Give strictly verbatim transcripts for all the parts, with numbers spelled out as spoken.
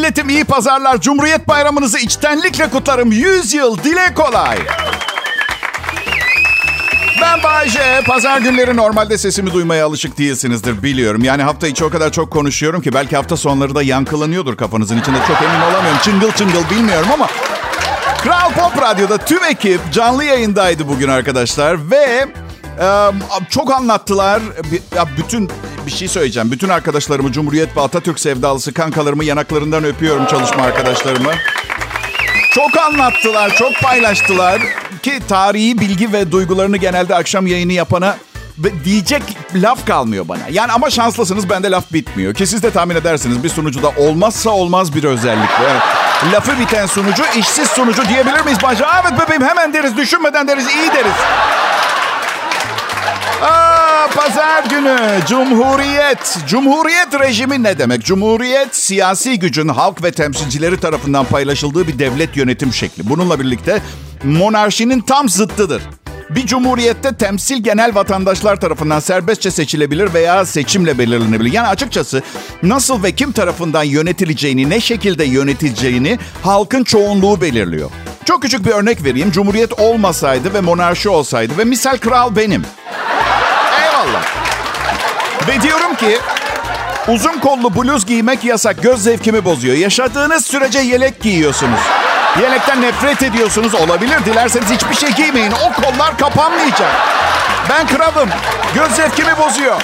Milletim iyi pazarlar. Cumhuriyet Bayramınızı içtenlikle kutlarım. yüz yıl dile kolay. Ben Bayce. Pazar günleri normalde sesimi duymaya alışık değilsinizdir biliyorum. Yani hafta içi o kadar çok konuşuyorum ki belki hafta sonları da yankılanıyordur kafanızın içinde. Çok emin olamıyorum. Çıngıl çıngıl bilmiyorum ama... Kral Pop Radyo'da tüm ekip canlı yayındaydı bugün arkadaşlar. Ve e, çok anlattılar. Ya bütün bir şey söyleyeceğim. Bütün arkadaşlarımı, Cumhuriyet ve Atatürk sevdalısı kankalarımı yanaklarından öpüyorum, çalışma arkadaşlarımı. Çok anlattılar, çok paylaştılar. Ki tarihi bilgi ve duygularını genelde akşam yayını yapana diyecek laf kalmıyor bana. Yani ama şanslısınız, bende laf bitmiyor. Ki siz de tahmin edersiniz bir sunucuda olmazsa olmaz bir özellik. Evet. Lafı biten sunucu, işsiz sunucu diyebilir miyiz Bayce? Evet bebeğim, hemen deriz, düşünmeden deriz, iyi deriz. Aa, pazar günü Cumhuriyet. Cumhuriyet rejimi ne demek? Cumhuriyet, siyasi gücün halk ve temsilcileri tarafından paylaşıldığı bir devlet yönetim şekli. Bununla birlikte monarşinin tam zıttıdır. Bir cumhuriyette temsil genel vatandaşlar tarafından serbestçe seçilebilir veya seçimle belirlenebilir. Yani açıkçası nasıl ve kim tarafından yönetileceğini, ne şekilde yönetileceğini halkın çoğunluğu belirliyor. Çok küçük bir örnek vereyim. Cumhuriyet olmasaydı ve monarşi olsaydı ve misal kral benim. Eyvallah. Ve diyorum ki uzun kollu bluz giymek yasak. Göz zevkimi bozuyor. Yaşadığınız sürece yelek giyiyorsunuz. Yelekten nefret ediyorsunuz, olabilir. Dilerseniz hiçbir şey giymeyin. O kollar kapanmayacak. Ben kralım. Göz zevkimi bozuyor.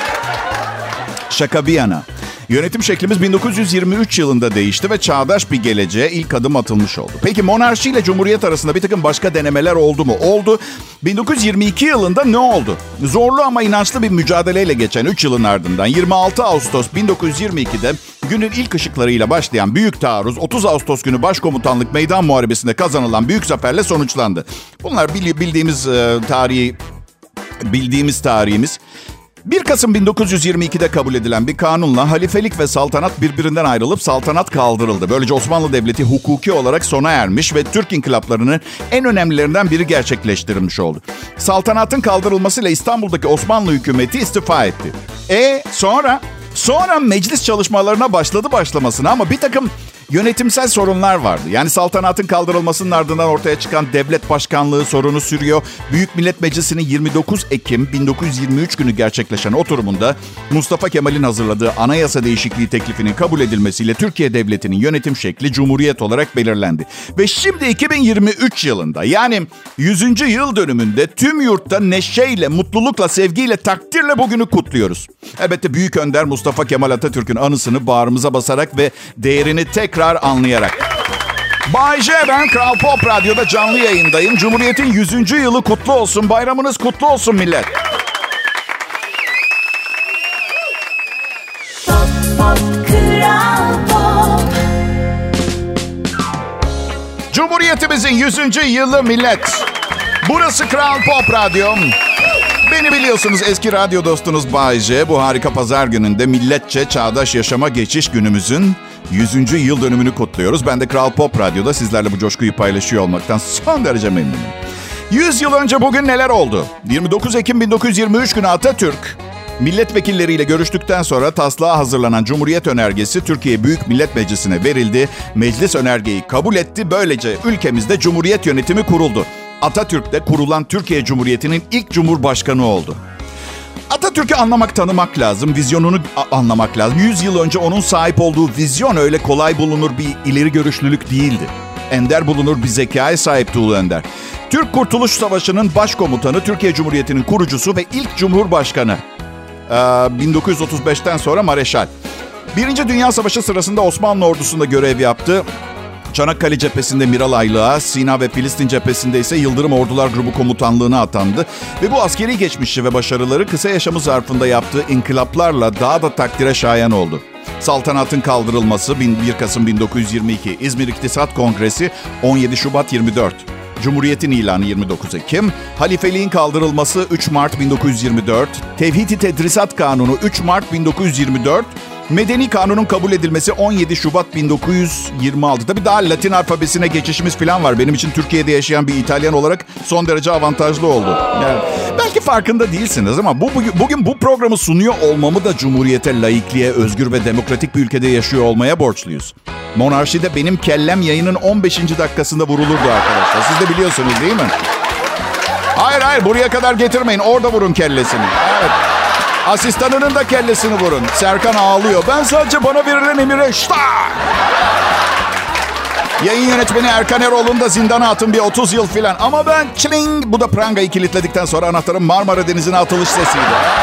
Şaka bir yana. Yönetim şeklimiz bin dokuz yüz yirmi üç yılında değişti ve çağdaş bir geleceğe ilk adım atılmış oldu. Peki monarşi ile cumhuriyet arasında bir takım başka denemeler oldu mu? Oldu. bin dokuz yüz yirmi iki yılında ne oldu? Zorlu ama inançlı bir mücadeleyle geçen üç yılın ardından yirmi altı Ağustos bin dokuz yüz yirmi ikide günün ilk ışıklarıyla başlayan büyük taarruz otuz Ağustos günü Başkomutanlık Meydan Muharebesi'nde kazanılan büyük zaferle sonuçlandı. Bunlar bildiğimiz e, tarihi, bildiğimiz tarihimiz. bir Kasım bin dokuz yüz yirmi ikide kabul edilen bir kanunla halifelik ve saltanat birbirinden ayrılıp saltanat kaldırıldı. Böylece Osmanlı Devleti hukuki olarak sona ermiş ve Türk inkılaplarının en önemlilerinden biri gerçekleştirilmiş oldu. Saltanatın kaldırılmasıyla İstanbul'daki Osmanlı hükümeti istifa etti. E sonra? Sonra meclis çalışmalarına başladı başlamasına ama bir takım yönetimsel sorunlar vardı. Yani saltanatın kaldırılmasının ardından ortaya çıkan devlet başkanlığı sorunu sürüyor. Büyük Millet Meclisi'nin yirmi dokuz Ekim bin dokuz yüz yirmi üç günü gerçekleşen oturumunda Mustafa Kemal'in hazırladığı anayasa değişikliği teklifinin kabul edilmesiyle Türkiye Devleti'nin yönetim şekli Cumhuriyet olarak belirlendi. Ve şimdi iki bin yirmi üç yılında yani yüzüncü yıl dönümünde tüm yurtta neşeyle, mutlulukla, sevgiyle, takdirle bugünü kutluyoruz. Elbette Büyük Önder Mustafa Kemal Atatürk'ün anısını bağrımıza basarak ve değerini tekrar anlayarak. Bay J, ben Kral Pop Radyo'da canlı yayındayım. Cumhuriyet'in yüzüncü yılı kutlu olsun. Bayramınız kutlu olsun millet. Pop, pop, Kral Pop. Cumhuriyetimizin yüzüncü yılı millet. Burası Kral Pop Radyo. Beni biliyorsunuz, eski radyo dostunuz Bay J. Bu harika pazar gününde milletçe çağdaş yaşama geçiş günümüzün yüzüncü yıl dönümünü kutluyoruz. Ben de Kral Pop Radyo'da sizlerle bu coşkuyu paylaşıyor olmaktan son derece memnunum. yüz yıl önce bugün neler oldu? yirmi dokuz Ekim bin dokuz yüz yirmi üç günü Atatürk milletvekilleriyle görüştükten sonra taslağa hazırlanan Cumhuriyet önergesi Türkiye Büyük Millet Meclisi'ne verildi. Meclis önergeyi kabul etti. Böylece ülkemizde Cumhuriyet yönetimi kuruldu. Atatürk de kurulan Türkiye Cumhuriyeti'nin ilk cumhurbaşkanı oldu. Atatürk'ü anlamak, tanımak lazım. Vizyonunu a- anlamak lazım. yüz yıl önce onun sahip olduğu vizyon öyle kolay bulunur bir ileri görüşlülük değildi. Ender bulunur bir zekaya sahipti Ulu Önder. Türk Kurtuluş Savaşı'nın başkomutanı, Türkiye Cumhuriyeti'nin kurucusu ve ilk cumhurbaşkanı. Ee, bin dokuz yüz otuz beşten sonra Mareşal. Birinci Dünya Savaşı sırasında Osmanlı ordusunda görev yaptı. Çanakkale cephesinde Miralaylığa, Sina ve Filistin cephesinde ise Yıldırım Ordular Grubu Komutanlığı'na atandı. Ve bu askeri geçmişi ve başarıları kısa yaşamı zarfında yaptığı inkılaplarla daha da takdire şayan oldu. Saltanatın kaldırılması bir Kasım bin dokuz yüz yirmi iki, İzmir İktisat Kongresi on yedi Şubat yirmi dört, Cumhuriyet'in ilanı yirmi dokuz Ekim, halifeliğin kaldırılması üç Mart bin dokuz yüz yirmi dört, Tevhid-i Tedrisat Kanunu üç Mart bin dokuz yüz yirmi dört, Medeni Kanun'un kabul edilmesi on yedi Şubat bin dokuz yüz yirmi altı. Tabii daha Latin alfabesine geçişimiz falan var. Benim için Türkiye'de yaşayan bir İtalyan olarak son derece avantajlı oldu. Yani belki farkında değilsiniz ama bu bugün, bugün bu programı sunuyor olmamı da Cumhuriyete, laikliğe, özgür ve demokratik bir ülkede yaşıyor olmaya borçluyuz. Monarşide benim kellem yayının on beşinci dakikasında vurulurdu arkadaşlar. Siz de biliyorsunuz değil mi? Hayır hayır buraya kadar getirmeyin. Orada vurun kellesini. Evet. Asistanının da kellesini vurun. Serkan ağlıyor. Ben sadece bana verilen emire şta! Yayın yönetmeni Erkan Eroğlu'nu da zindana atın bir otuz yıl filan. Ama ben çiling. Bu da prangayı kilitledikten sonra anahtarın Marmara Denizi'ne atılış sesiydi.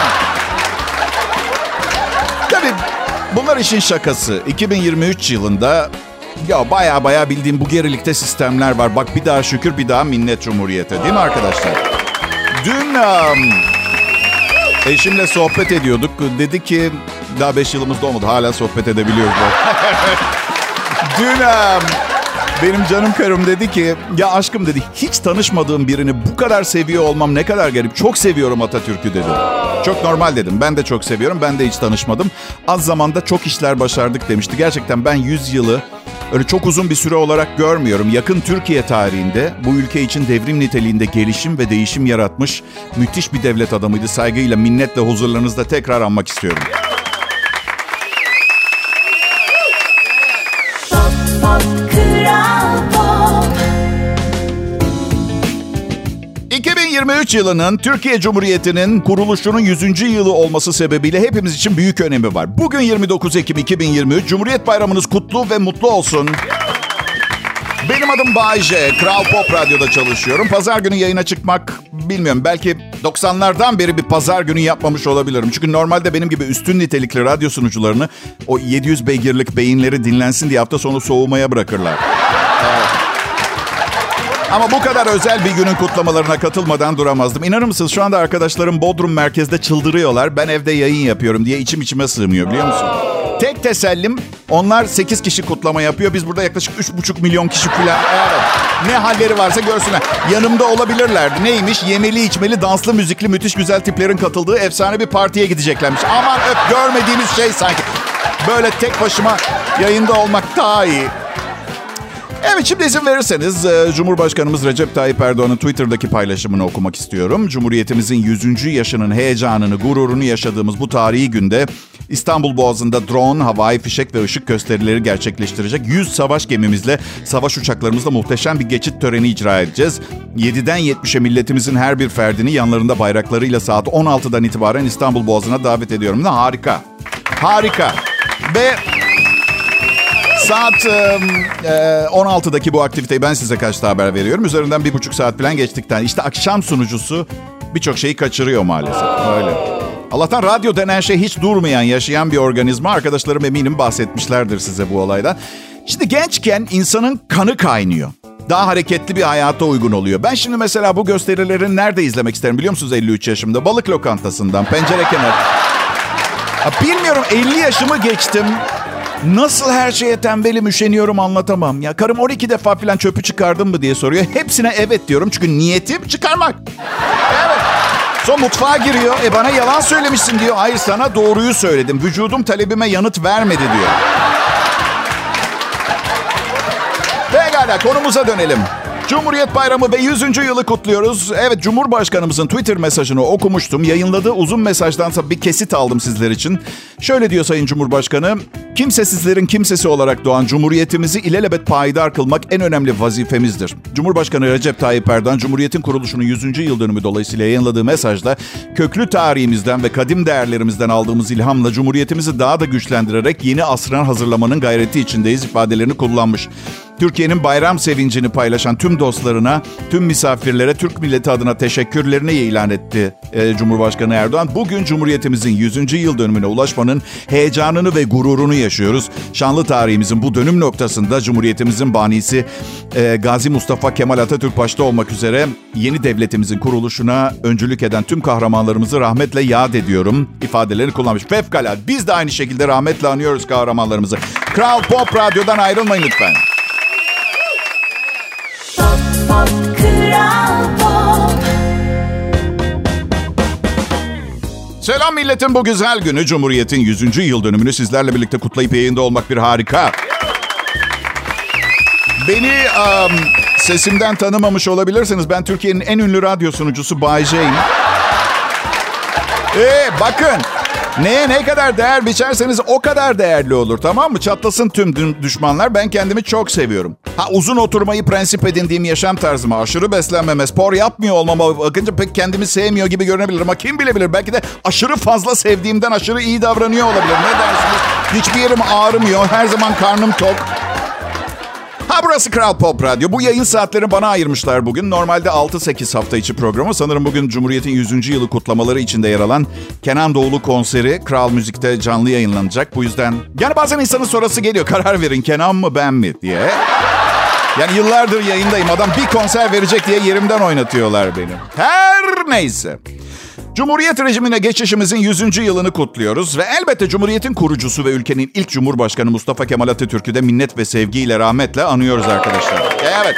Tabii bunlar işin şakası. iki bin yirmi üç yılında ya baya baya bildiğim bu gerilikte sistemler var. Bak bir daha şükür bir daha minnet Cumhuriyete değil mi arkadaşlar? Dün um, eşimle sohbet ediyorduk. Dedi ki daha beş yılımız da olmadı. Hala sohbet edebiliyoruz. Dün um, benim canım karım dedi ki ya aşkım dedi hiç tanışmadığım birini bu kadar seviyor olmam ne kadar garip. Çok seviyorum Atatürk'ü dedi. Çok normal dedim. Ben de çok seviyorum. Ben de hiç tanışmadım. Az zamanda çok işler başardık demişti. Gerçekten ben yüz yılı öyle çok uzun bir süre olarak görmüyorum. Yakın Türkiye tarihinde bu ülke için devrim niteliğinde gelişim ve değişim yaratmış müthiş bir devlet adamıydı. Saygıyla, minnetle huzurlarınızda tekrar anmak istiyorum. iki bin yirmi üç yılının Türkiye Cumhuriyeti'nin kuruluşunun yüzüncü yılı olması sebebiyle hepimiz için büyük önemi var. Bugün yirmi dokuz Ekim iki bin yirmi üç. Cumhuriyet Bayramınız kutlu ve mutlu olsun. Benim adım Bay J. Kral Pop Radyo'da çalışıyorum. Pazar günü yayına çıkmak bilmiyorum. Belki doksanlardan beri bir pazar günü yapmamış olabilirim. Çünkü normalde benim gibi üstün nitelikli radyo sunucularını o yedi yüz beygirlik beyinleri dinlensin diye hafta sonu soğumaya bırakırlar. Evet. Ama bu kadar özel bir günün kutlamalarına katılmadan duramazdım. İnanır mısınız şu anda arkadaşlarım Bodrum merkezde çıldırıyorlar. Ben evde yayın yapıyorum diye içim içime sığmıyor biliyor musun? Tek tesellim onlar sekiz kişi kutlama yapıyor. Biz burada yaklaşık üç buçuk milyon kişi falan. Evet. Ne halleri varsa görsünler. Yanımda olabilirlerdi. Neymiş? Yemeli, içmeli, danslı, müzikli, müthiş güzel tiplerin katıldığı efsane bir partiye gideceklermiş. Aman öp görmediğimiz şey sanki. Böyle tek başıma yayında olmak daha iyi. Evet şimdi izin verirseniz Cumhurbaşkanımız Recep Tayyip Erdoğan'ın Twitter'daki paylaşımını okumak istiyorum. Cumhuriyetimizin yüzüncü yaşının heyecanını, gururunu yaşadığımız bu tarihi günde İstanbul Boğazı'nda drone, havai fişek ve ışık gösterileri gerçekleştirecek yüz savaş gemimizle, savaş uçaklarımızla muhteşem bir geçit töreni icra edeceğiz. yediden yetmişe milletimizin her bir ferdini yanlarında bayraklarıyla saat on altıdan itibaren İstanbul Boğazı'na davet ediyorum. Ne harika, harika ve... Saat e, on altıdaki bu aktiviteyi ben size kaçta haber veriyorum. Üzerinden bir buçuk saat falan geçtikten. İşte akşam sunucusu birçok şeyi kaçırıyor maalesef. Öyle. Allah'tan radyo denen şey hiç durmayan, yaşayan bir organizma. Arkadaşlarım eminim bahsetmişlerdir size bu olaydan. Şimdi gençken insanın kanı kaynıyor. Daha hareketli bir hayata uygun oluyor. Ben şimdi mesela bu gösterileri nerede izlemek isterim biliyor musunuz elli üç yaşımda? Balık lokantasından, pencere kenarı. Ya bilmiyorum elli yaşımı geçtim. Nasıl her şeye tembelim, üşeniyorum anlatamam. Ya karım on iki defa falan çöpü çıkardın mı diye soruyor. Hepsine evet diyorum çünkü niyetim çıkarmak. Evet. Son mutfağa giriyor. E bana yalan söylemişsin diyor. Hayır sana doğruyu söyledim. Vücudum talebime yanıt vermedi diyor. Pekala konumuza dönelim. Cumhuriyet Bayramı ve yüzüncü yılı kutluyoruz. Evet Cumhurbaşkanımızın Twitter mesajını okumuştum. Yayınladığı uzun mesajdansa bir kesit aldım sizler için. Şöyle diyor Sayın Cumhurbaşkanı. Kimsesizlerin kimsesi olarak doğan Cumhuriyetimizi ilelebet payidar kılmak en önemli vazifemizdir. Cumhurbaşkanı Recep Tayyip Erdoğan, Cumhuriyet'in kuruluşunun yüzüncü yıl dönümü dolayısıyla yayınladığı mesajda köklü tarihimizden ve kadim değerlerimizden aldığımız ilhamla Cumhuriyetimizi daha da güçlendirerek yeni asrına hazırlamanın gayreti içindeyiz ifadelerini kullanmış. Türkiye'nin bayram sevincini paylaşan tüm dostlarına, tüm misafirlere Türk milleti adına teşekkürlerini ilan etti e, Cumhurbaşkanı Erdoğan. Bugün Cumhuriyetimizin yüzüncü yıl dönümüne ulaşmanın heyecanını ve gururunu yaşıyoruz. Şanlı tarihimizin bu dönüm noktasında Cumhuriyetimizin banisi e, Gazi Mustafa Kemal Atatürk başta olmak üzere yeni devletimizin kuruluşuna öncülük eden tüm kahramanlarımızı rahmetle yad ediyorum ifadelerini kullanmış. Fevkalade biz de aynı şekilde rahmetle anıyoruz kahramanlarımızı. Kral Pop Radyo'dan ayrılmayın lütfen. Selam milletin bu güzel günü. Cumhuriyet'in yüzüncü yıl dönümünü sizlerle birlikte kutlayıp yayında olmak bir harika. Beni um, sesimden tanımamış olabilirsiniz. Ben Türkiye'nin en ünlü radyo sunucusu Bay J'yim. Ee, bakın Neye ne kadar değer biçerseniz o kadar değerli olur, tamam mı? Çatlasın tüm düşmanlar. Ben kendimi çok seviyorum. Ha, uzun oturmayı prensip edindiğim yaşam tarzıma, aşırı beslenmeme, spor yapmıyor olmama bakınca pek kendimi sevmiyor gibi görünebilir. Ama kim bilebilir, belki de aşırı fazla sevdiğimden aşırı iyi davranıyor olabilir. Ne dersiniz? Hiçbir yerim ağrımıyor. Her zaman karnım tok. Ha, burası Kral Pop Radyo. Bu yayın saatlerini bana ayırmışlar bugün. Normalde altı sekiz hafta içi programı. Sanırım bugün Cumhuriyet'in yüzüncü yılı kutlamaları içinde yer alan Kenan Doğulu konseri Kral Müzik'te canlı yayınlanacak. Bu yüzden yani bazen insanın sorası geliyor. Karar verin, Kenan mı ben mi diye. Yani yıllardır yayındayım. Adam bir konser verecek diye yerimden oynatıyorlar beni. Her neyse. Cumhuriyet rejimine geçişimizin yüzüncü yılını kutluyoruz ve elbette Cumhuriyet'in kurucusu ve ülkenin ilk Cumhurbaşkanı Mustafa Kemal Atatürk'ü de minnet ve sevgiyle, rahmetle anıyoruz arkadaşlar. Evet.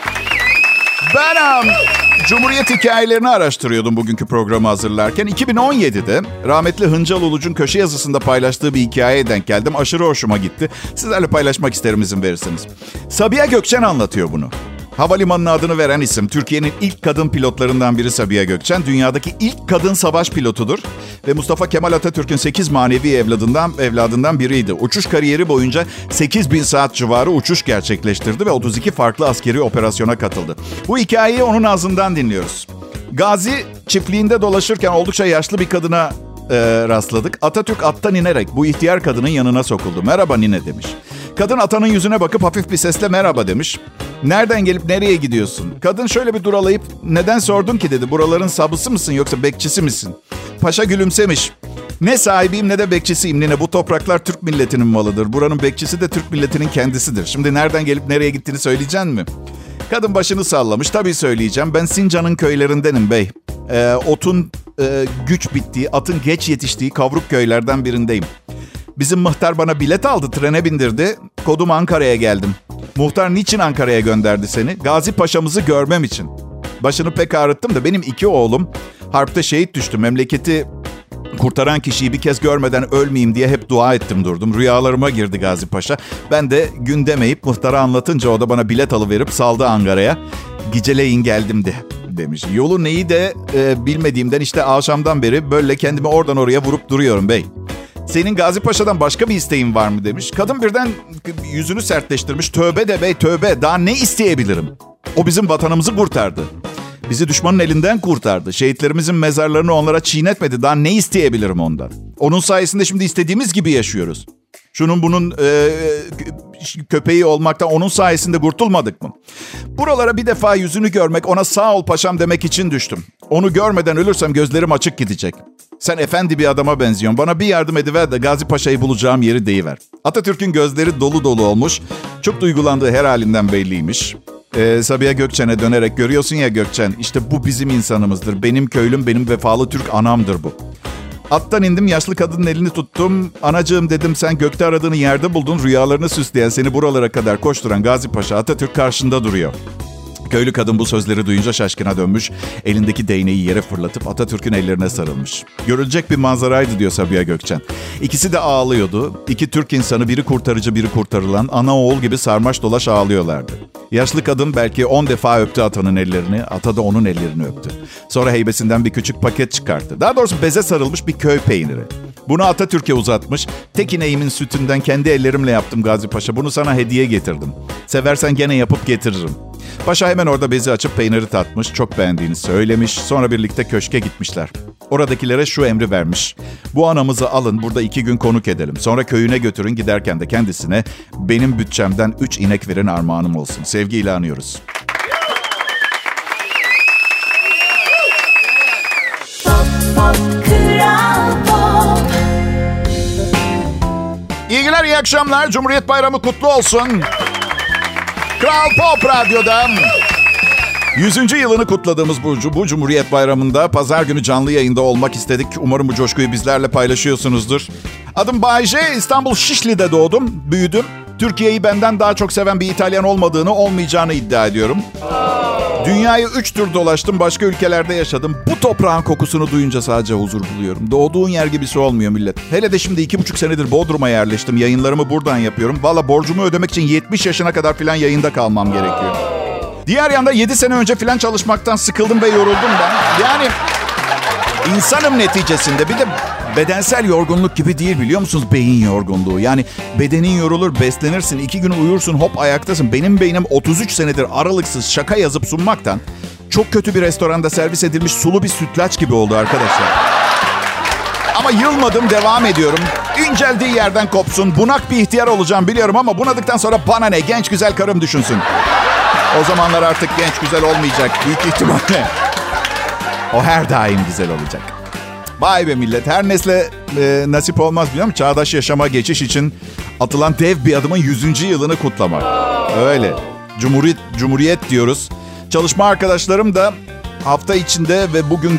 Ben um, Cumhuriyet hikayelerini araştırıyordum bugünkü programı hazırlarken. iki bin on yedide rahmetli Hıncal Uluç'un köşe yazısında paylaştığı bir hikayeye denk geldim. Aşırı hoşuma gitti. Sizlerle paylaşmak isterim izin verirseniz. Sabiha Gökçen anlatıyor bunu. Havalimanının adını veren isim, Türkiye'nin ilk kadın pilotlarından biri Sabiha Gökçen. Dünyadaki ilk kadın savaş pilotudur. Ve Mustafa Kemal Atatürk'ün sekiz manevi evladından, evladından biriydi. Uçuş kariyeri boyunca sekiz bin saat civarı uçuş gerçekleştirdi ve otuz iki farklı askeri operasyona katıldı. Bu hikayeyi onun ağzından dinliyoruz. Gazi çiftliğinde dolaşırken oldukça yaşlı bir kadına e, rastladık. Atatürk attan inerek bu ihtiyar kadının yanına sokuldu. "Merhaba nine" demiş. Kadın atanın yüzüne bakıp hafif bir sesle "merhaba" demiş. "Nereden gelip nereye gidiyorsun?" Kadın şöyle bir duralayıp "Neden sordun ki?" dedi. "Buraların sabısı mısın yoksa bekçisi misin?" Paşa gülümsemiş. "Ne sahibiyim ne de bekçisiyim nine. Bu topraklar Türk milletinin malıdır. Buranın bekçisi de Türk milletinin kendisidir. Şimdi nereden gelip nereye gittiğini söyleyeceksin mi?" Kadın başını sallamış. "Tabii söyleyeceğim. Ben Sincan'ın köylerindenim bey. Ee, otun e, güç bittiği, atın geç yetiştiği kavruk köylerden birindeyim. Bizim muhtar bana bilet aldı, trene bindirdi. Kodum Ankara'ya geldim." "Muhtar niçin Ankara'ya gönderdi seni?" "Gazi Paşa'mızı görmem için." "Başını pek ağrıttım da benim iki oğlum harpte şehit düştü. Memleketi kurtaran kişiyi bir kez görmeden ölmeyeyim diye hep dua ettim durdum. Rüyalarıma girdi Gazi Paşa. Ben de gün demeyip muhtara anlatınca o da bana bilet alıverip saldı Ankara'ya. Geceleyin geldim de." demiş. "Yolu neyi de e, bilmediğimden işte akşamdan beri böyle kendimi oradan oraya vurup duruyorum bey. Senin Gazi Paşa'dan başka bir isteğin var mı?" demiş. Kadın birden yüzünü sertleştirmiş. "Tövbe de bey tövbe. Daha ne isteyebilirim? O bizim vatanımızı kurtardı. Bizi düşmanın elinden kurtardı. Şehitlerimizin mezarlarını onlara çiğnetmedi. Daha ne isteyebilirim ondan? Onun sayesinde şimdi istediğimiz gibi yaşıyoruz. Şunun bunun e, köpeği olmaktan onun sayesinde kurtulmadık mı? Buralara bir defa yüzünü görmek, ona sağ ol paşam demek için düştüm. Onu görmeden ölürsem gözlerim açık gidecek. Sen efendi bir adama benziyorsun. Bana bir yardım ediver de Gazi Paşa'yı bulacağım yeri deyiver." Atatürk'ün gözleri dolu dolu olmuş. Çok duygulandığı her halinden belliymiş. Ee, Sabiha Gökçen'e dönerek "Görüyorsun ya Gökçen, işte bu bizim insanımızdır. Benim köylüm, benim vefalı Türk anamdır bu. Attan indim, yaşlı kadının elini tuttum. Anacığım dedim, sen gökte aradığını yerde buldun. Rüyalarını süsleyen, seni buralara kadar koşturan Gazi Paşa Atatürk karşında duruyor." Köylü kadın bu sözleri duyunca şaşkına dönmüş. Elindeki değneği yere fırlatıp Atatürk'ün ellerine sarılmış. Görülecek bir manzaraydı diyor Sabiha Gökçen. İkisi de ağlıyordu. İki Türk insanı, biri kurtarıcı biri kurtarılan, ana oğul gibi sarmaş dolaş ağlıyorlardı. Yaşlı kadın belki on defa öptü atanın ellerini. Ata da onun ellerini öptü. Sonra heybesinden bir küçük paket çıkarttı. Daha doğrusu beze sarılmış bir köy peyniri. Bunu Atatürk'e uzatmış. "Tek ineğimin sütünden kendi ellerimle yaptım Gazi Paşa. Bunu sana hediye getirdim. Seversen gene yapıp getiririm." Paşa hemen orada bezi açıp peyniri tatmış. Çok beğendiğini söylemiş. Sonra birlikte köşke gitmişler. Oradakilere şu emri vermiş: "Bu anamızı alın, burada iki gün konuk edelim. Sonra köyüne götürün, giderken de kendisine benim bütçemden üç inek verin, armağanım olsun. Sevgiyle anıyoruz." İyi günler, iyi akşamlar. Cumhuriyet Bayramı kutlu olsun. Kral Pop Radyo'da yüzüncü yılını kutladığımız bu, bu Cumhuriyet Bayramı'nda pazar günü canlı yayında olmak istedik. Umarım bu coşkuyu bizlerle paylaşıyorsunuzdur. Adım Bay J. İstanbul Şişli'de doğdum, büyüdüm. Türkiye'yi benden daha çok seven bir İtalyan olmadığını, olmayacağını iddia ediyorum. Dünyayı üç tur dolaştım, başka ülkelerde yaşadım. Bu toprağın kokusunu duyunca sadece huzur buluyorum. Doğduğun yer gibisi olmuyor millet. Hele de şimdi iki buçuk senedir Bodrum'a yerleştim. Yayınlarımı buradan yapıyorum. Valla borcumu ödemek için yetmiş yaşına kadar filan yayında kalmam gerekiyor. Diğer yanda yedi sene önce filan çalışmaktan sıkıldım ve yoruldum ben. Yani İnsanım neticesinde. Bir de bedensel yorgunluk gibi değil, biliyor musunuz? Beyin yorgunluğu. Yani bedenin yorulur, beslenirsin, iki gün uyursun, hop ayaktasın. Benim beynim otuz üç senedir aralıksız şaka yazıp sunmaktan çok kötü bir restoranda servis edilmiş sulu bir sütlaç gibi oldu arkadaşlar. Ama yılmadım, devam ediyorum. İnceldiği yerden kopsun. Bunak bir ihtiyar olacağım biliyorum ama bunadıktan sonra bana ne? Genç güzel karım düşünsün. O zamanlar artık genç güzel olmayacak büyük ihtimalle. O her daim güzel olacak. Vay be millet. Her nesle e, nasip olmaz biliyor musun? Çağdaş yaşama geçiş için atılan dev bir adımın yüzüncü yılını kutlamak. Öyle. Cumhuriyet, Cumhuriyet diyoruz. Çalışma arkadaşlarım da hafta içinde ve bugün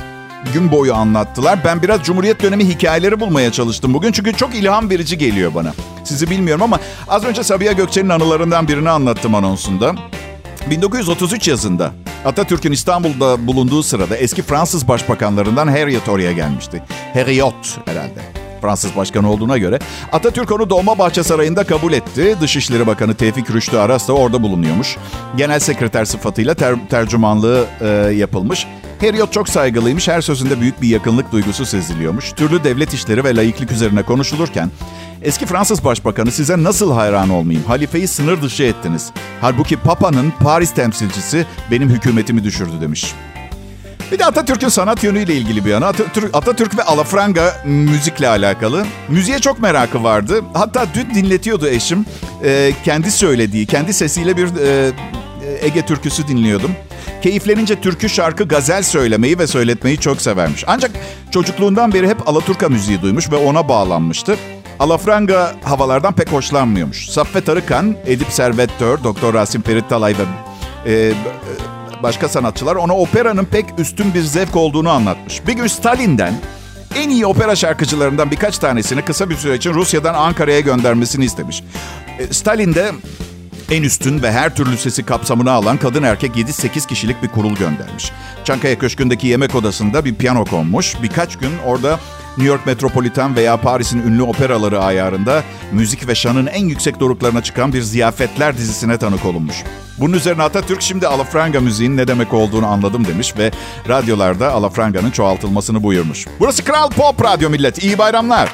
gün boyu anlattılar. Ben biraz Cumhuriyet dönemi hikayeleri bulmaya çalıştım bugün. Çünkü çok ilham verici geliyor bana. Sizi bilmiyorum ama az önce Sabiha Gökçen'in anılarından birini anlattım anonsunda. bin dokuz yüz otuz üç yazında Atatürk'ün İstanbul'da bulunduğu sırada eski Fransız başbakanlarından Heriot oraya gelmişti. Heriot herhalde. Fransız başkanı olduğuna göre. Atatürk onu Dolmabahçe Sarayı'nda kabul etti. Dışişleri Bakanı Tevfik Rüştü Aras da orada bulunuyormuş. Genel sekreter sıfatıyla ter- tercümanlığı e, yapılmış. Heriot çok saygılıymış. Her sözünde büyük bir yakınlık duygusu seziliyormuş. Türlü devlet işleri ve laiklik üzerine konuşulurken eski Fransız Başbakanı size nasıl hayran olmayayım? Halifeyi sınır dışı ettiniz. Halbuki Papa'nın Paris temsilcisi benim hükümetimi düşürdü demiş. Bir de Atatürk'ün sanat yönüyle ilgili bir yana. Atatürk, Atatürk ve alafranga müzikle alakalı. Müziğe çok merakı vardı. Hatta dün dinletiyordu eşim. Ee, kendi söylediği, kendi sesiyle bir e, Ege türküsü dinliyordum. Keyiflenince türkü, şarkı, gazel söylemeyi ve söyletmeyi çok severmiş. Ancak çocukluğundan beri hep alaturka müziği duymuş ve ona bağlanmıştı. Alafranga havalardan pek hoşlanmıyormuş. Saffet Arıkan, Edip Servet-Tör, Doktor Rasim Ferit Talay ve e, başka sanatçılar ona operanın pek üstün bir zevk olduğunu anlatmış. Bir gün Stalin'den en iyi opera şarkıcılarından birkaç tanesini kısa bir süre için Rusya'dan Ankara'ya göndermesini istemiş. E, Stalin de en üstün ve her türlü sesi kapsamına alan kadın erkek yedi sekiz kişilik bir kurul göndermiş. Çankaya Köşkü'ndeki yemek odasında bir piyano konmuş. Birkaç gün orada New York Metropolitan veya Paris'in ünlü operaları ayarında müzik ve şanın en yüksek doruklarına çıkan bir ziyafetler dizisine tanık olunmuş. Bunun üzerine Atatürk şimdi alafranga müziğin ne demek olduğunu anladım demiş ve radyolarda alafranganın çoğaltılmasını buyurmuş. Burası Kral Pop Radyo millet. İyi bayramlar.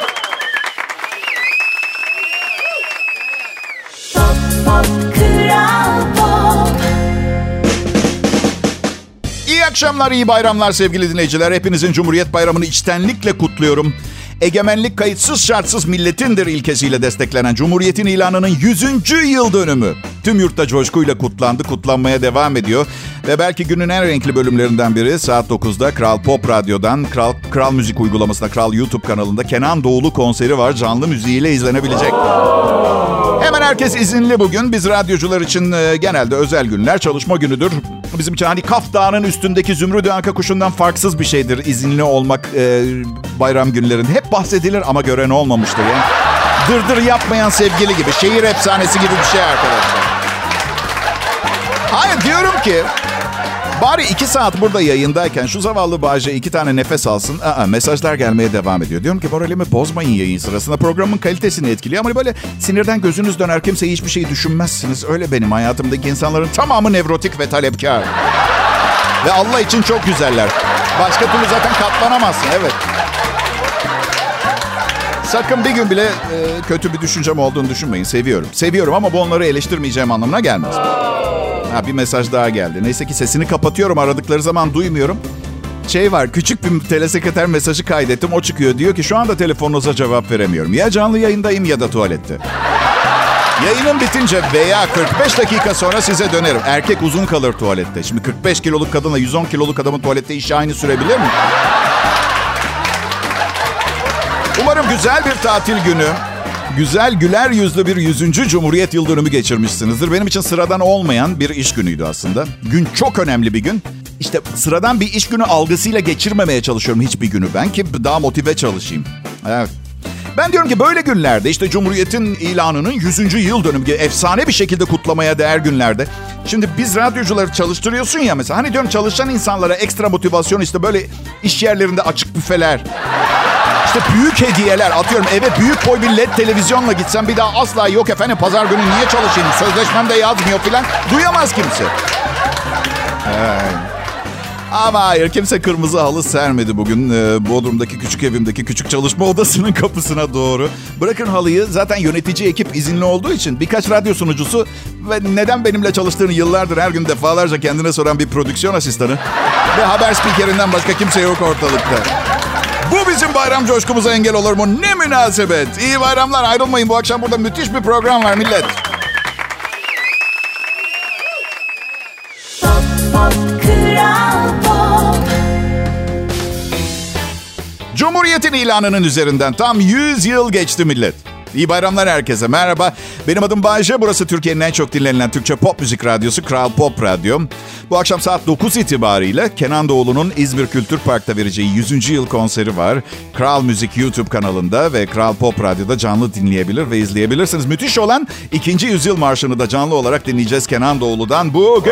İyi akşamlar, iyi bayramlar sevgili dinleyiciler. Hepinizin Cumhuriyet Bayramı'nı içtenlikle kutluyorum. Egemenlik kayıtsız şartsız milletindir ilkesiyle desteklenen Cumhuriyet'in ilanının yüzüncü yıl dönümü tüm yurtta coşkuyla kutlandı, kutlanmaya devam ediyor. Ve belki günün en renkli bölümlerinden biri saat dokuzda Kral Pop Radyo'dan, Kral, Kral Müzik uygulamasında, Kral YouTube kanalında Kenan Doğulu konseri var. Canlı müziğiyle izlenebilecek. Hemen herkes izinli bugün. Biz radyocular için e, genelde özel günler, çalışma günüdür. Bizim için hani Kaf Dağı'nın üstündeki Zümrüt Anka kuşundan farksız bir şeydir izinli olmak e, bayram günlerinde. Hep bahsedilir ama gören olmamıştır yani. Dırdır yapmayan sevgili gibi, şehir efsanesi gibi bir şey arkadaşlar. Hayır, diyorum ki bari iki saat burada yayındayken şu zavallı Bahçe iki tane nefes alsın. Aa, mesajlar gelmeye devam ediyor. Diyorum ki moralimi bozmayın yayın sırasında. Programın kalitesini etkiliyor. Ama böyle sinirden gözünüz döner, kimse hiçbir şey düşünmezsiniz. Öyle benim hayatımdaki insanların tamamı nevrotik ve talepkar. Ve Allah için çok güzeller. Başka türlü zaten katlanamazsın. Evet. Sakın bir gün bile e, kötü bir düşüncem olduğunu düşünmeyin. Seviyorum. Seviyorum ama bu onları eleştirmeyeceğim anlamına gelmez. Ha, bir mesaj daha geldi. Neyse ki sesini kapatıyorum. Aradıkları zaman duymuyorum. Şey var, küçük bir telesekreter mesajı kaydettim. O çıkıyor. Diyor ki şu anda telefonunuza cevap veremiyorum. Ya canlı yayındayım ya da tuvalette. Yayının bitince veya kırk beş dakika sonra size dönerim. Erkek uzun kalır tuvalette. Şimdi kırk beş kiloluk kadınla yüz on kiloluk adamın tuvalette işi aynı sürebilir mi? Umarım güzel bir tatil günü, güzel güler yüzlü bir yüzüncü Cumhuriyet yıl dönümü geçirmişsinizdir. Benim için sıradan olmayan bir iş günüydü aslında. Gün çok önemli bir gün. İşte sıradan bir iş günü algısıyla geçirmemeye çalışıyorum hiçbir günü ben ki daha motive çalışayım. Evet. Ben diyorum ki böyle günlerde işte Cumhuriyet'in ilanının yüzüncü yıl dönümü efsane bir şekilde kutlamaya değer günlerde. Şimdi biz radyocuları çalıştırıyorsun ya mesela. Hani diyorum çalışan insanlara ekstra motivasyon işte böyle iş yerlerinde açık büfeler. İşte büyük hediyeler, atıyorum eve büyük boy bir led televizyonla gitsem bir daha asla yok efendim pazar günü niye çalışayım, sözleşmemde yazmıyor filan, duyamaz kimse. Ee, Ama hayır, kimse kırmızı halı sermedi bugün. Ee, Bodrum'daki küçük evimdeki küçük çalışma odasının kapısına doğru. Bırakın halıyı, zaten yönetici ekip izinli olduğu için birkaç radyo sunucusu ve neden benimle çalıştığını yıllardır her gün defalarca kendine soran bir prodüksiyon asistanı ve haber spikerinden başka kimse yok ortalıkta. Bu bizim bayram coşkumuza engel olur mu? Ne münasebet. İyi bayramlar, ayrılmayın. Bu akşam burada müthiş bir program var millet. Pop, pop, Kral Pop. Cumhuriyet'in ilanının üzerinden tam yüz yıl geçti millet. İyi bayramlar herkese. Merhaba. Benim adım Bayce. Burası Türkiye'nin en çok dinlenilen Türkçe pop müzik radyosu Kral Pop Radyo. Bu akşam saat dokuz itibariyle Kenan Doğulu'nun İzmir Kültür Park'ta vereceği yüzüncü yıl konseri var. Kral Müzik YouTube kanalında ve Kral Pop Radyo'da canlı dinleyebilir ve izleyebilirsiniz. Müthiş olan ikinci yüzyıl marşını da canlı olarak dinleyeceğiz Kenan Doğulu'dan bugün.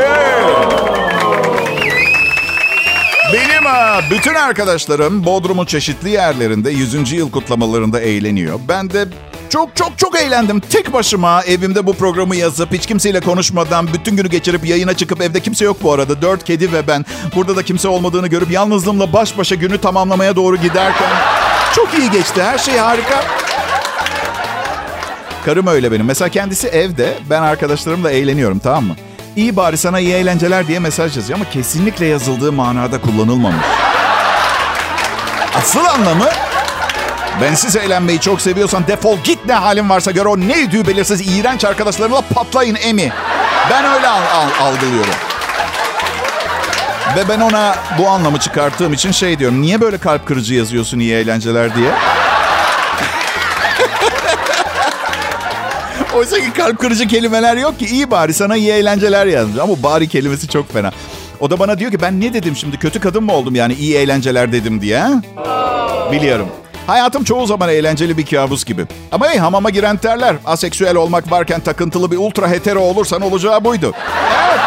Benim ha, bütün arkadaşlarım Bodrum'un çeşitli yerlerinde yüzüncü yıl kutlamalarında eğleniyor. Ben de çok çok çok eğlendim. Tek başıma evimde bu programı yazıp hiç kimseyle konuşmadan bütün günü geçirip yayına çıkıp, evde kimse yok bu arada. Dört kedi ve ben. Burada da kimse olmadığını görüp yalnızlığımla baş başa günü tamamlamaya doğru giderken çok iyi geçti. Her şey harika. Karım öyle benim. Mesela kendisi evde, ben arkadaşlarımla eğleniyorum, tamam mı? İyi bari sana iyi eğlenceler diye mesaj yazıyor ama kesinlikle yazıldığı manada kullanılmamış. Asıl anlamı, bensiz eğlenmeyi çok seviyorsan defol git, ne halin varsa gör, o ne yüdüğü belirsiz iğrenç arkadaşlarımla patlayın emi. Ben öyle al, al, algılıyorum. Ve ben ona bu anlamı çıkarttığım için şey diyorum, niye böyle kalp kırıcı yazıyorsun iyi eğlenceler diye? Oysa ki kalp kırıcı kelimeler yok ki. İyi bari sana iyi eğlenceler yazmış. Ama bari kelimesi çok fena. O da bana diyor ki ben ne dedim şimdi? Kötü kadın mı oldum yani iyi eğlenceler dedim diye? Ha? Biliyorum. Hayatım çoğu zaman eğlenceli bir kabus gibi. Ama hey, hamama giren terler. Aseksüel olmak varken takıntılı bir ultra hetero olursan olacağı buydu. Evet.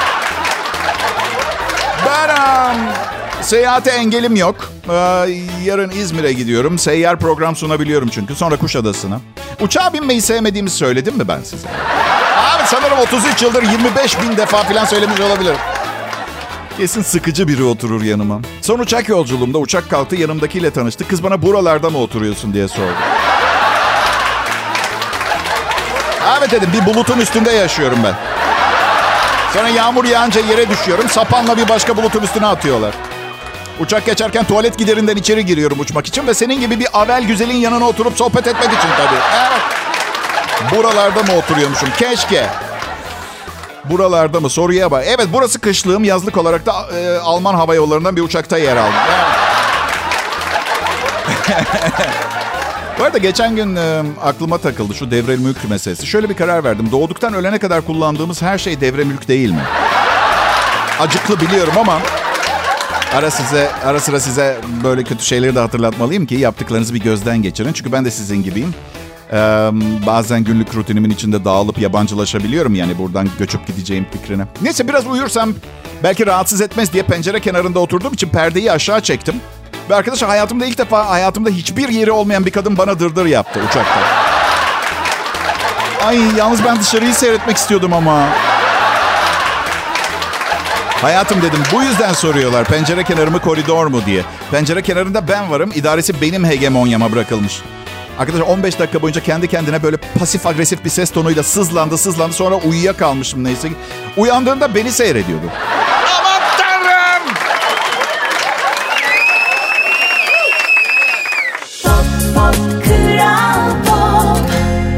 Ben um, seyahate engelim yok. Ee, yarın İzmir'e gidiyorum. Seyyar program sunabiliyorum çünkü. Sonra Kuşadası'na. Uçağa binmeyi sevmediğimi söyledim mi ben size? Abi sanırım otuz üç yıldır yirmi beş bin defa falan söylemiş olabilirim. Kesin sıkıcı biri oturur yanıma. Son uçak yolculuğumda uçak kalktı, yanımdakiyle tanıştı. Kız bana buralarda mı oturuyorsun diye sordu. Evet dedim, bir bulutun üstünde yaşıyorum ben. Sonra yağmur yağınca yere düşüyorum. Sapanla bir başka bulutun üstüne atıyorlar. Uçak geçerken tuvalet giderinden içeri giriyorum uçmak için. Ve senin gibi bir avel güzelin yanına oturup sohbet etmek için tabii. Evet. Buralarda mı oturuyormuşum? Keşke. Buralarda mı? Soruya bak. Evet, burası kışlığım. Yazlık olarak da e, Alman hava yollarından bir uçakta yer aldım. Evet. Bu arada geçen gün e, aklıma takıldı şu devre mülk meselesi. Şöyle bir karar verdim. Doğduktan ölene kadar kullandığımız her şey devre mülk değil mi? Acıklı biliyorum ama ara size ara sıra size böyle kötü şeyleri de hatırlatmalıyım ki yaptıklarınızı bir gözden geçirin. Çünkü ben de sizin gibiyim. Ee, bazen günlük rutinimin içinde dağılıp yabancılaşabiliyorum, yani buradan göçüp gideceğim fikrine. Neyse, biraz uyursam belki rahatsız etmez diye pencere kenarında oturduğum için perdeyi aşağı çektim. Ve arkadaşlar, hayatımda ilk defa hayatımda hiçbir yeri olmayan bir kadın bana dırdır yaptı uçakta. Ay, yalnız ben dışarıyı seyretmek istiyordum ama. Hayatım dedim, bu yüzden soruyorlar pencere kenarı mı koridor mu diye. Pencere kenarında ben varım, idaresi benim hegemonyama bırakılmış. Arkadaşlar on beş dakika boyunca kendi kendine böyle pasif agresif bir ses tonuyla sızlandı sızlandı. Sonra uyuyakalmışım neyse. Uyandığında beni seyrediyordu. Aman Tanrım! Pop, pop, Kral Pop.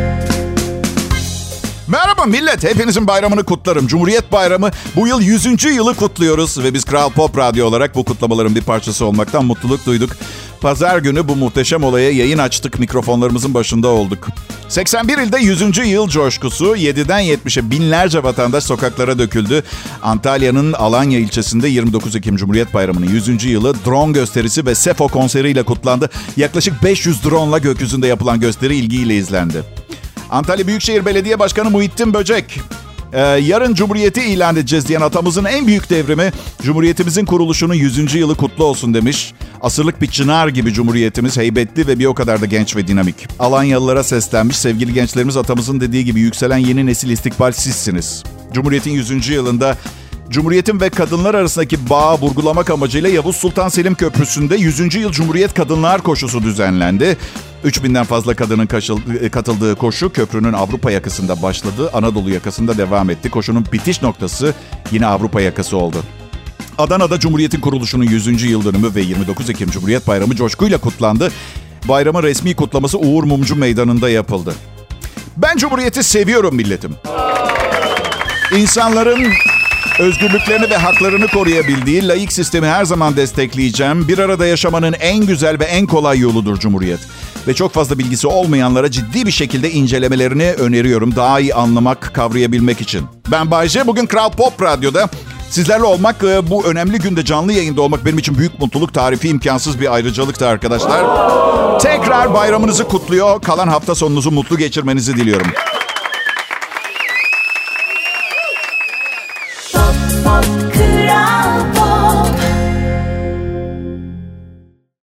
Merhaba millet, hepinizin bayramını kutlarım. Cumhuriyet Bayramı bu yıl yüzüncü yılı kutluyoruz. Ve biz Kral Pop Radyo olarak bu kutlamaların bir parçası olmaktan mutluluk duyduk. Pazar günü bu muhteşem olaya yayın açtık, mikrofonlarımızın başında olduk. seksen bir ilde yüzüncü yıl coşkusu, yediden yetmişe binlerce vatandaş sokaklara döküldü. Antalya'nın Alanya ilçesinde yirmi dokuz Ekim Cumhuriyet Bayramı'nın yüzüncü yılı drone gösterisi ve Sefo konseriyle kutlandı. Yaklaşık beş yüz drone'la gökyüzünde yapılan gösteri ilgiyle izlendi. Antalya Büyükşehir Belediye Başkanı Muhittin Böcek, Ee, yarın Cumhuriyeti ilan edeceğiz diyen atamızın en büyük devrimi, Cumhuriyetimizin kuruluşunun yüzüncü yılı kutlu olsun demiş. Asırlık bir çınar gibi Cumhuriyetimiz, heybetli ve bir o kadar da genç ve dinamik. Alanyalılara seslenmiş, sevgili gençlerimiz, atamızın dediği gibi yükselen yeni nesil istikbal sizsiniz. Cumhuriyetin yüzüncü yılında Cumhuriyetin ve kadınlar arasındaki bağı vurgulamak amacıyla Yavuz Sultan Selim Köprüsü'nde yüzüncü yıl Cumhuriyet Kadınlar Koşusu düzenlendi. üç binden fazla kadının katıldığı koşu köprünün Avrupa yakasında başladı. Anadolu yakasında devam etti. Koşunun bitiş noktası yine Avrupa yakası oldu. Adana'da Cumhuriyet'in kuruluşunun yüzüncü yıl dönümü ve yirmi dokuz Ekim Cumhuriyet Bayramı coşkuyla kutlandı. Bayramın resmi kutlaması Uğur Mumcu Meydanı'nda yapıldı. Ben Cumhuriyet'i seviyorum milletim. İnsanların özgürlüklerini ve haklarını koruyabildiği laik sistemi her zaman destekleyeceğim. Bir arada yaşamanın en güzel ve en kolay yoludur Cumhuriyet. Ve çok fazla bilgisi olmayanlara ciddi bir şekilde incelemelerini öneriyorum. Daha iyi anlamak, kavrayabilmek için. Ben Bayce, bugün Kral Pop Radyo'da sizlerle olmak, bu önemli günde canlı yayında olmak benim için büyük mutluluk, tarifi imkansız bir ayrıcalıktı arkadaşlar. Tekrar bayramınızı kutluyor, kalan hafta sonunuzu mutlu geçirmenizi diliyorum.